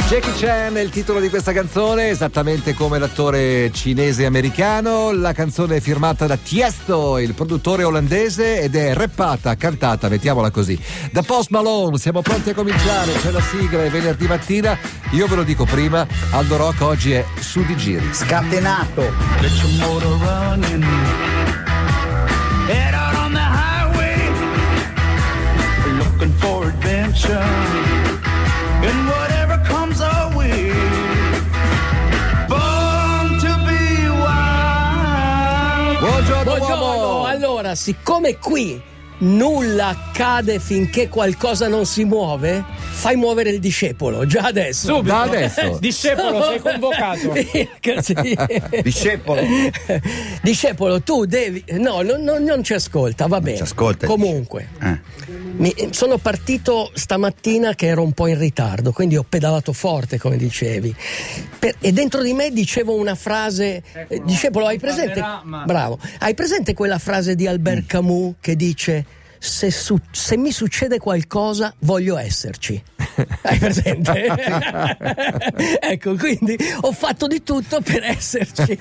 Jackie Chan è il titolo di questa canzone, esattamente come l'attore cinese americano. La canzone è firmata da Tiesto, il produttore olandese, ed è rappata, cantata, mettiamola così, da Post Malone. Siamo pronti a cominciare, c'è la sigla, è venerdì mattina. Io ve lo dico prima, Aldo Rock oggi è su di giri. Scatenato. Let your motor running. Head out on the highway, looking for adventure, and whatever comes our way. Born to be wild. Buongiorno, Buongiorno. uomo. Allora, siccome qui nulla accade finché qualcosa non si muove, fai muovere il discepolo già adesso. Subito. Da adesso. Discepolo, sei convocato. Così. Discepolo. Discepolo, tu devi. No, non ci ascolta, va bene. ci ascolta. Comunque, sono partito stamattina che ero un po' in ritardo, quindi ho pedalato forte, come dicevi. E dentro di me dicevo una frase. Discepolo, hai presente? Bravo. Hai presente quella frase di Albert Camus che dice: se mi succede qualcosa voglio esserci? Hai presente? Ecco, quindi ho fatto di tutto per esserci.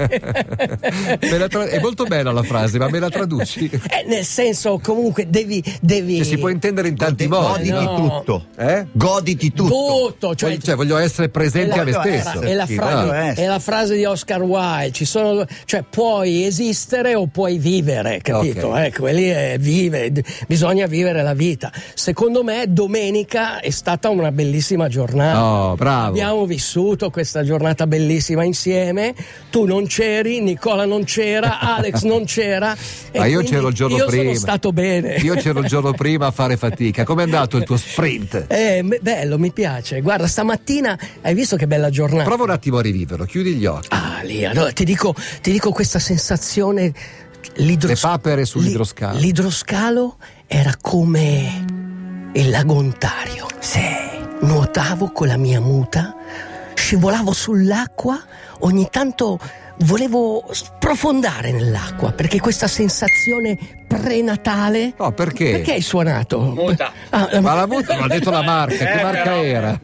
È molto bella la frase, ma me la traduci? Nel senso, comunque devi Che si può intendere in tanti modi. Goditi No. tutto. Goditi tutto. tutto, cioè voglio essere presente a me stesso. è la frase di Oscar Wilde. Ci sono, cioè, puoi esistere o puoi vivere, capito? Ok. Ecco, lì bisogna vivere la vita. Secondo me domenica è stata una bellissima giornata. Oh, bravo. Abbiamo vissuto questa giornata bellissima insieme. Tu non c'eri, Nicola non c'era, Alex non c'era. Ma io c'ero il giorno prima. Io sono stato bene. Io c'ero il giorno prima a fare fatica. Com'è andato il tuo sprint? Bello, mi piace. Guarda, stamattina hai visto che bella giornata. Prova un attimo a riviverlo, chiudi gli occhi. Lì, allora ti dico questa sensazione. Le papere sull'idroscalo. L'idroscalo era come il lago Ontario. Sì. Nuotavo con la mia muta, scivolavo sull'acqua, ogni tanto volevo sprofondare nell'acqua, perché questa sensazione prenatale. No, perché? Perché hai suonato? Muta. Ma la muta non ha detto la marca, che marca era?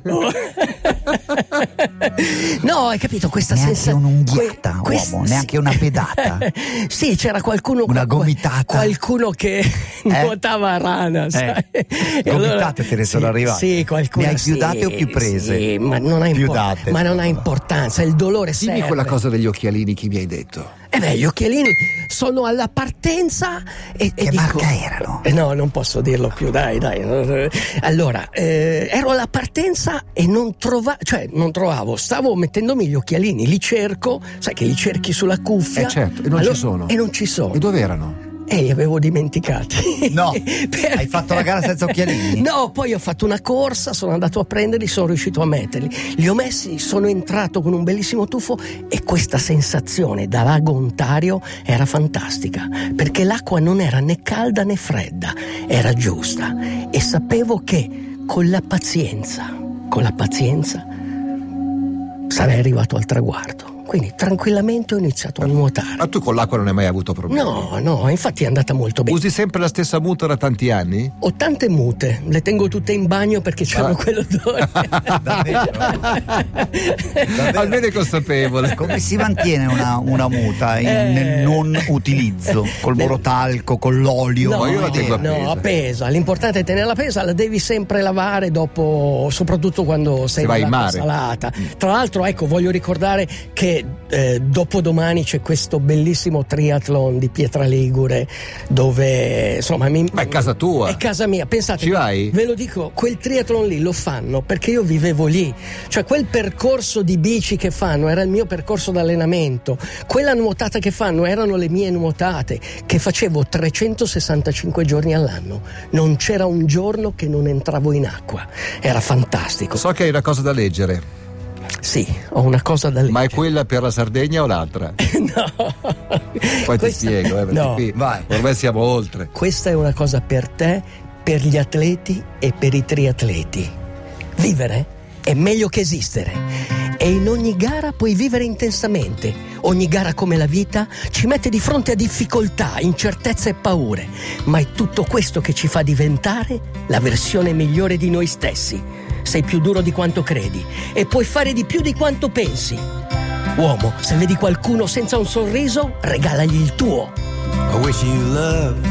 No, hai capito questa Neanche sensazione? un'unghiata, uomo, neanche una pedata. Sì, c'era qualcuno. Una gomitata. Qualcuno che nuotava a rana, sai? E Gomitate te ne sono arrivate. Sì, qualcuno. Ne hai più date o più prese? Sì, ma non ha Più date. ma non ha importanza, il dolore Dimmi serve. quella cosa degli occhialini che mi hai detto. Gli occhialini sono alla partenza e Che dico, marca erano? No, non posso dirlo più, dai. Allora, ero alla partenza e non trovavo, stavo mettendomi gli occhialini, li cerco, sai che li cerchi sulla cuffia. Certo, e non ci sono. E non ci sono. E dove erano? Li avevo dimenticati. No, hai fatto la gara senza occhialini? No, poi ho fatto una corsa, sono andato a prenderli, sono riuscito a metterli. Li ho messi, sono entrato con un bellissimo tuffo e questa sensazione da lago Ontario era fantastica, perché l'acqua non era né calda né fredda, era giusta e sapevo che con la pazienza sarei arrivato al traguardo. Quindi tranquillamente ho iniziato a nuotare. Ma tu con l'acqua non hai mai avuto problemi? No, infatti è andata molto bene. Usi sempre la stessa muta da tanti anni? Ho tante mute, le tengo tutte in bagno perché c'hanno quell'odore. Davvero? Almeno è consapevole. Come si mantiene una muta nel non utilizzo? Col morotalco, con l'olio? Ma io la tengo appesa. appesa. L'importante è tenerla appesa, la devi sempre lavare dopo, soprattutto quando sei vai in nell'acqua mare. salata. Tra l'altro, ecco, voglio ricordare che dopodomani c'è questo bellissimo triathlon di Pietraligure dove insomma Ma è casa tua? È casa mia, pensate. Ci vai? Ve lo dico, quel triathlon lì lo fanno perché io vivevo lì, cioè quel percorso di bici che fanno era il mio percorso d'allenamento, quella nuotata che fanno erano le mie nuotate che facevo 365 giorni all'anno, non c'era un giorno che non entravo in acqua, era fantastico. So che hai una cosa da leggere. Sì, ho una cosa da leggere. Ma è quella per la Sardegna o l'altra? No. Poi ti spiego, perché no. qui Vai. ormai siamo oltre. Questa è una cosa per te, per gli atleti e per i triatleti. Vivere è meglio che esistere. E in ogni gara puoi vivere intensamente. Ogni gara, come la vita, ci mette di fronte a difficoltà, incertezze e paure. Ma è tutto questo che ci fa diventare la versione migliore di noi stessi. sei più duro di quanto credi e puoi fare di più di quanto pensi. Uomo, se vedi qualcuno senza un sorriso, regalagli il tuo. I wish you love.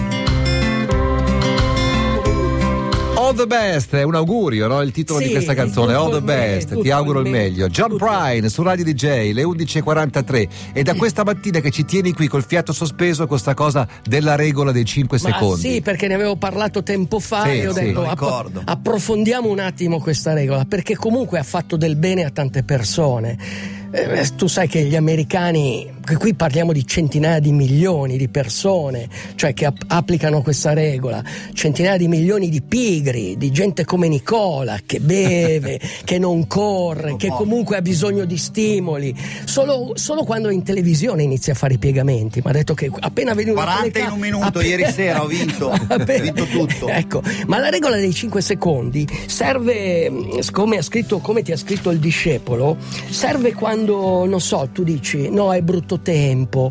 All the best, è un augurio, no? Il titolo di questa canzone, All the best, ti auguro il meglio. John Prine su Radio DJ, le 11.43, e da questa mattina che ci tieni qui col fiato sospeso con sta cosa della regola dei 5 secondi. Sì, perché ne avevo parlato tempo fa e ho detto ricordo. approfondiamo un attimo questa regola, perché comunque ha fatto del bene a tante persone. Tu sai che gli americani, che qui parliamo di centinaia di milioni di persone, cioè che applicano questa regola, centinaia di milioni di pigri, di gente come Nicola che beve, che non corre, che comunque ha bisogno di stimoli. Solo quando è in televisione inizia a fare i piegamenti. Mi ha detto che appena vedi una 40 in un minuto, ieri sera ho vinto, ho vinto tutto. Ecco, ma la regola dei 5 secondi serve, come ti ha scritto il discepolo, serve quando, non so, tu dici no, è brutto tempo,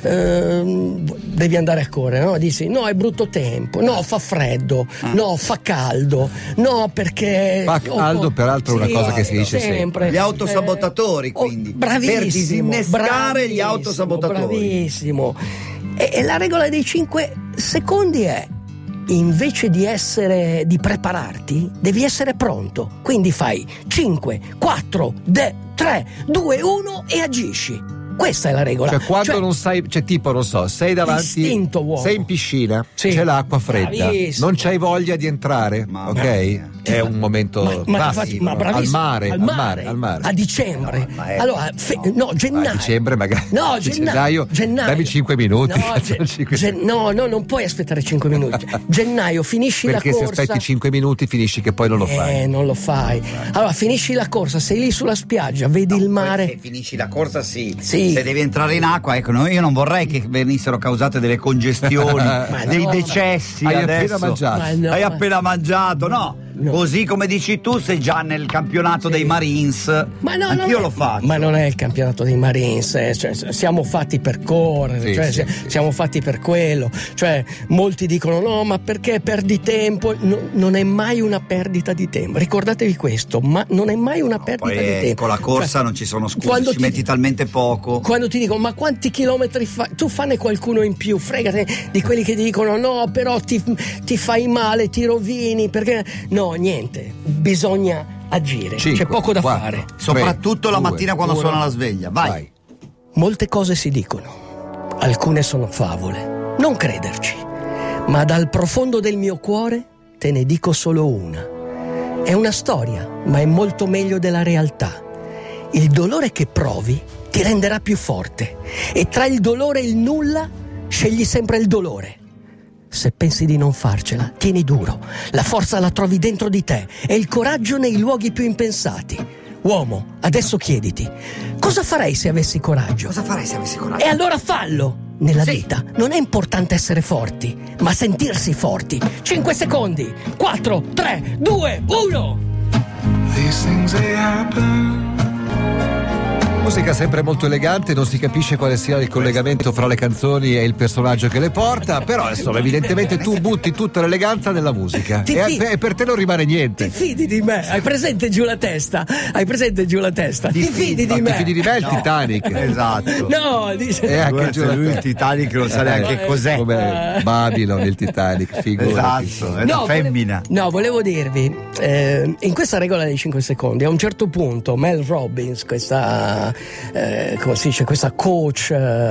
devi andare a correre, no? Dici no, è brutto tempo, no, fa freddo, no, fa caldo, no, perché Fa caldo, peraltro, è una cosa che si dice sempre. Gli autosabotatori, quindi bravissimo, per disinnescare gli autosabotatori. Bravissimo. E la regola dei 5 secondi è: invece di prepararti, devi essere pronto. Quindi fai 5, 4, 3, 2, 1 e agisci. Questa è la regola. Cioè quando non sai, cioè tipo non so, sei davanti, istinto, uomo. sei in piscina, Sì. c'è l'acqua fredda, Bravissimo. non c'hai voglia di entrare, Mamma ok? mia. È un momento massimo, al bravissimo, mare, a dicembre. No, allora, gennaio. A dicembre magari. No, gennaio. Dammi 5 minuti. No, non puoi aspettare 5 minuti. Gennaio, finisci Perché la se corsa. aspetti 5 minuti finisci che poi non lo fai. Non lo fai. Allora, finisci la corsa, sei lì sulla spiaggia, vedi il mare. Se finisci la corsa, sì. Sì. Se devi entrare in acqua, ecco, io non vorrei che venissero causate delle congestioni, dei decessi. Hai adesso. appena mangiato. Ma no, Hai ma- appena mangiato, no. Così come dici tu, sei già nel campionato dei Marines. Ma no, anch'io lo faccio. Ma non è il campionato dei Marines, cioè, siamo fatti per correre, Sì, cioè, sì, siamo fatti per quello. Cioè, molti dicono no, ma perché perdi tempo? Non è mai una perdita di tempo. Ricordatevi questo, ma non è mai una perdita Poi di tempo. con la corsa Cioè, non ci sono scuse, quando ci metti talmente poco. Quando ti dicono ma quanti chilometri fai? Tu fanne qualcuno in più, fregate di quelli che ti dicono no, però ti fai male, ti rovini, perché no, niente. Bisogna agire, 5, c'è poco da 4, fare. Soprattutto la mattina quando suona la sveglia. Vai. Molte cose si dicono, alcune sono favole, non crederci, ma dal profondo del mio cuore te ne dico solo una. È una storia, ma è molto meglio della realtà. Il dolore che provi ti renderà più forte e tra il dolore e il nulla scegli sempre il dolore. Se pensi di non farcela, tieni duro. La forza la trovi dentro di te e il coraggio nei luoghi più impensati. Uomo, adesso chiediti, cosa farei se avessi coraggio? Cosa farei se avessi coraggio? E allora fallo! Nella vita non è importante essere forti, ma sentirsi forti. 5 secondi. 4, 3, 2, 1. These things they happen. Musica sempre molto elegante, non si capisce quale sia il collegamento fra le canzoni e il personaggio che le porta, però insomma evidentemente tu butti tutta l'eleganza nella musica e per te non rimane niente. Ti fidi di me? Hai presente giù la testa? Ti fidi di me? Ti fidi di me il Titanic? Esatto. No, dice. E anche giù la lui il testa. Titanic non sa neanche cos'è. Come Babylon, il Titanic, figurati. Esatto, è una femmina. Volevo dirvi, in questa regola dei 5 secondi, a un certo punto Mel Robbins, questa come si dice, questa coach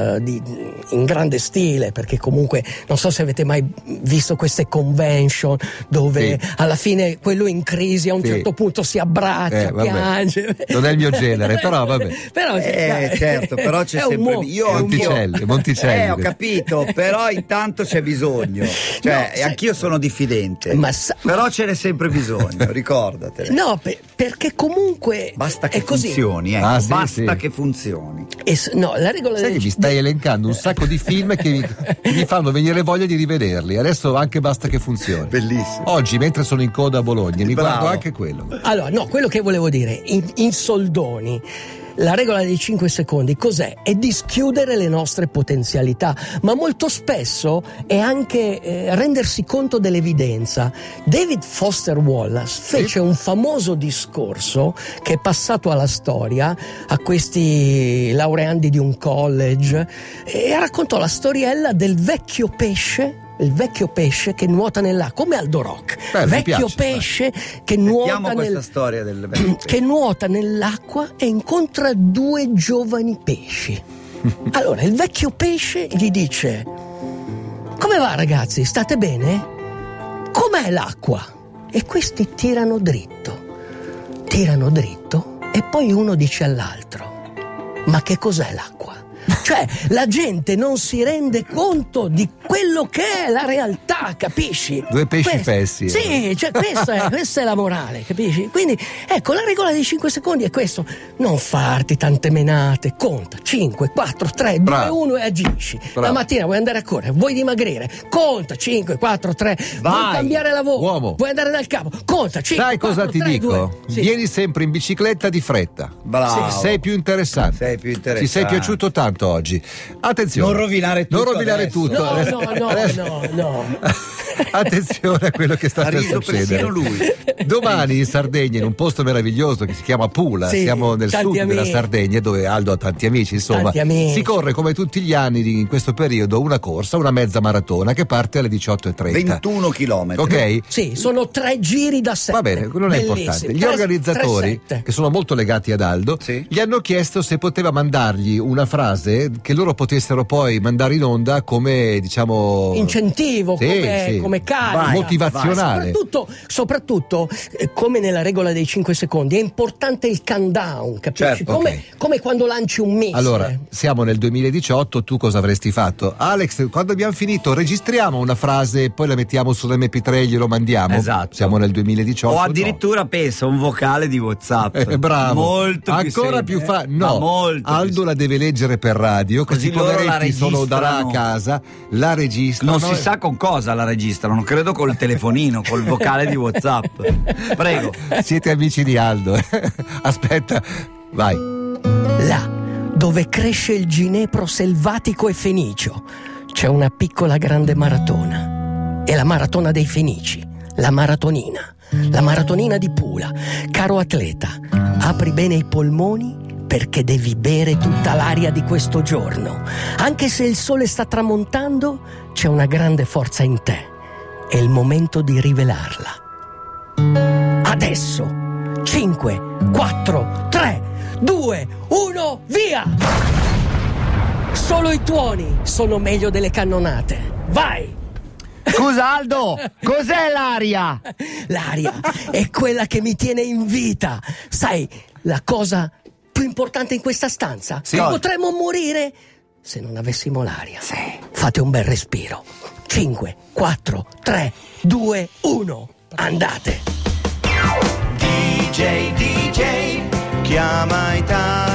in grande stile, perché comunque non so se avete mai visto queste convention dove alla fine quello in crisi a un certo punto si abbraccia, piange. Non è il mio genere, però vabbè. Però, certo, però c'è sempre Monticelli. Ho capito, però intanto c'è bisogno. Cioè, anch'io sono diffidente. Però ce n'è sempre bisogno, ricordatelo. No, perché comunque basta che è così. funzioni, basta che funzioni. No, la regola Sai che mi stai elencando un sacco di film che mi fanno venire voglia di rivederli. Adesso anche basta che funzioni. Bellissimo. Oggi, mentre sono in coda a Bologna, mi Bravo. guardo anche quello. Allora, no, quello che volevo dire, in soldoni, La regola dei 5 secondi cos'è? È dischiudere le nostre potenzialità, ma molto spesso è anche rendersi conto dell'evidenza. David Foster Wallace fece un famoso discorso che è passato alla storia a questi laureandi di un college e raccontò la storiella del vecchio pesce. Il vecchio pesce che nuota nell'acqua, come Aldo Rock. Vecchio pesce che nuota questa storia del vecchio pesce. Che nuota nell'acqua e incontra 2 giovani pesci. Allora il vecchio pesce gli dice: come va ragazzi, state bene? Com'è l'acqua? E questi tirano dritto e poi uno dice all'altro: ma che cos'è l'acqua? Cioè la gente non si rende conto di quello che è la realtà, capisci? 2 pesci fessi. Sì, cioè questa è la morale, capisci? Quindi ecco, la regola dei 5 secondi è questo: non farti tante menate, conta 5, 4, 3, 2, 1 e agisci. La mattina vuoi andare a correre, vuoi dimagrire, conta 5, 4, 3, vuoi cambiare lavoro, uomo, vuoi andare dal capo, conta 5, sai 4, cosa ti 3, dico? 2. Sì. Vieni sempre in bicicletta di fretta. Bravo. Sei più interessante. Ti sei piaciuto tanto oggi. Attenzione. Non rovinare tutto. No. Attenzione a quello che sta per succedere. Domani in Sardegna, in un posto meraviglioso che si chiama Pula, siamo nel sud della Sardegna, dove Aldo ha tanti amici, insomma, si corre come tutti gli anni in questo periodo una corsa, una mezza maratona che parte alle 18:30. 21 chilometri. Ok? Sì, sono 3 giri da 7. Va bene, quello non è importante. Gli organizzatori, che sono molto legati ad Aldo, gli hanno chiesto se poteva mandargli una frase che loro potessero poi mandare in onda come, diciamo, incentivo, come carica, motivazionale. Soprattutto come nella regola dei 5 secondi è importante il countdown, capisci? Come quando lanci un missile. Allora, siamo nel 2018, tu cosa avresti fatto? Alex, quando abbiamo finito registriamo una frase e poi la mettiamo sull'MP3 e glielo mandiamo. Esatto. Siamo nel 2018. O addirittura pensa un vocale di WhatsApp. Bravo. Molto ancora più Aldo la deve leggere per radio, così poveretti sono da là a casa, la registrano. Non si sa con cosa la registrano, credo col telefonino, col vocale di WhatsApp. Prego. Siete amici di Aldo. Aspetta, vai. Là dove cresce il ginepro selvatico e fenicio c'è una piccola grande maratona. È la maratona dei Fenici, la maratonina di Pula. Caro atleta, apri bene i polmoni perché devi bere tutta l'aria di questo giorno. Anche se il sole sta tramontando, c'è una grande forza in te. È il momento di rivelarla. Adesso 5, 4, 3, 2, 1, via! Solo i tuoni sono meglio delle cannonate. Vai! Scusa Aldo, cos'è l'aria? L'aria è quella che mi tiene in vita. Sai, la cosa più importante in questa stanza? Sì. Potremmo morire se non avessimo l'aria. Sì. Fate un bel respiro. 5, 4, 3, 2, 1. Andate. DJ, chiama Italia.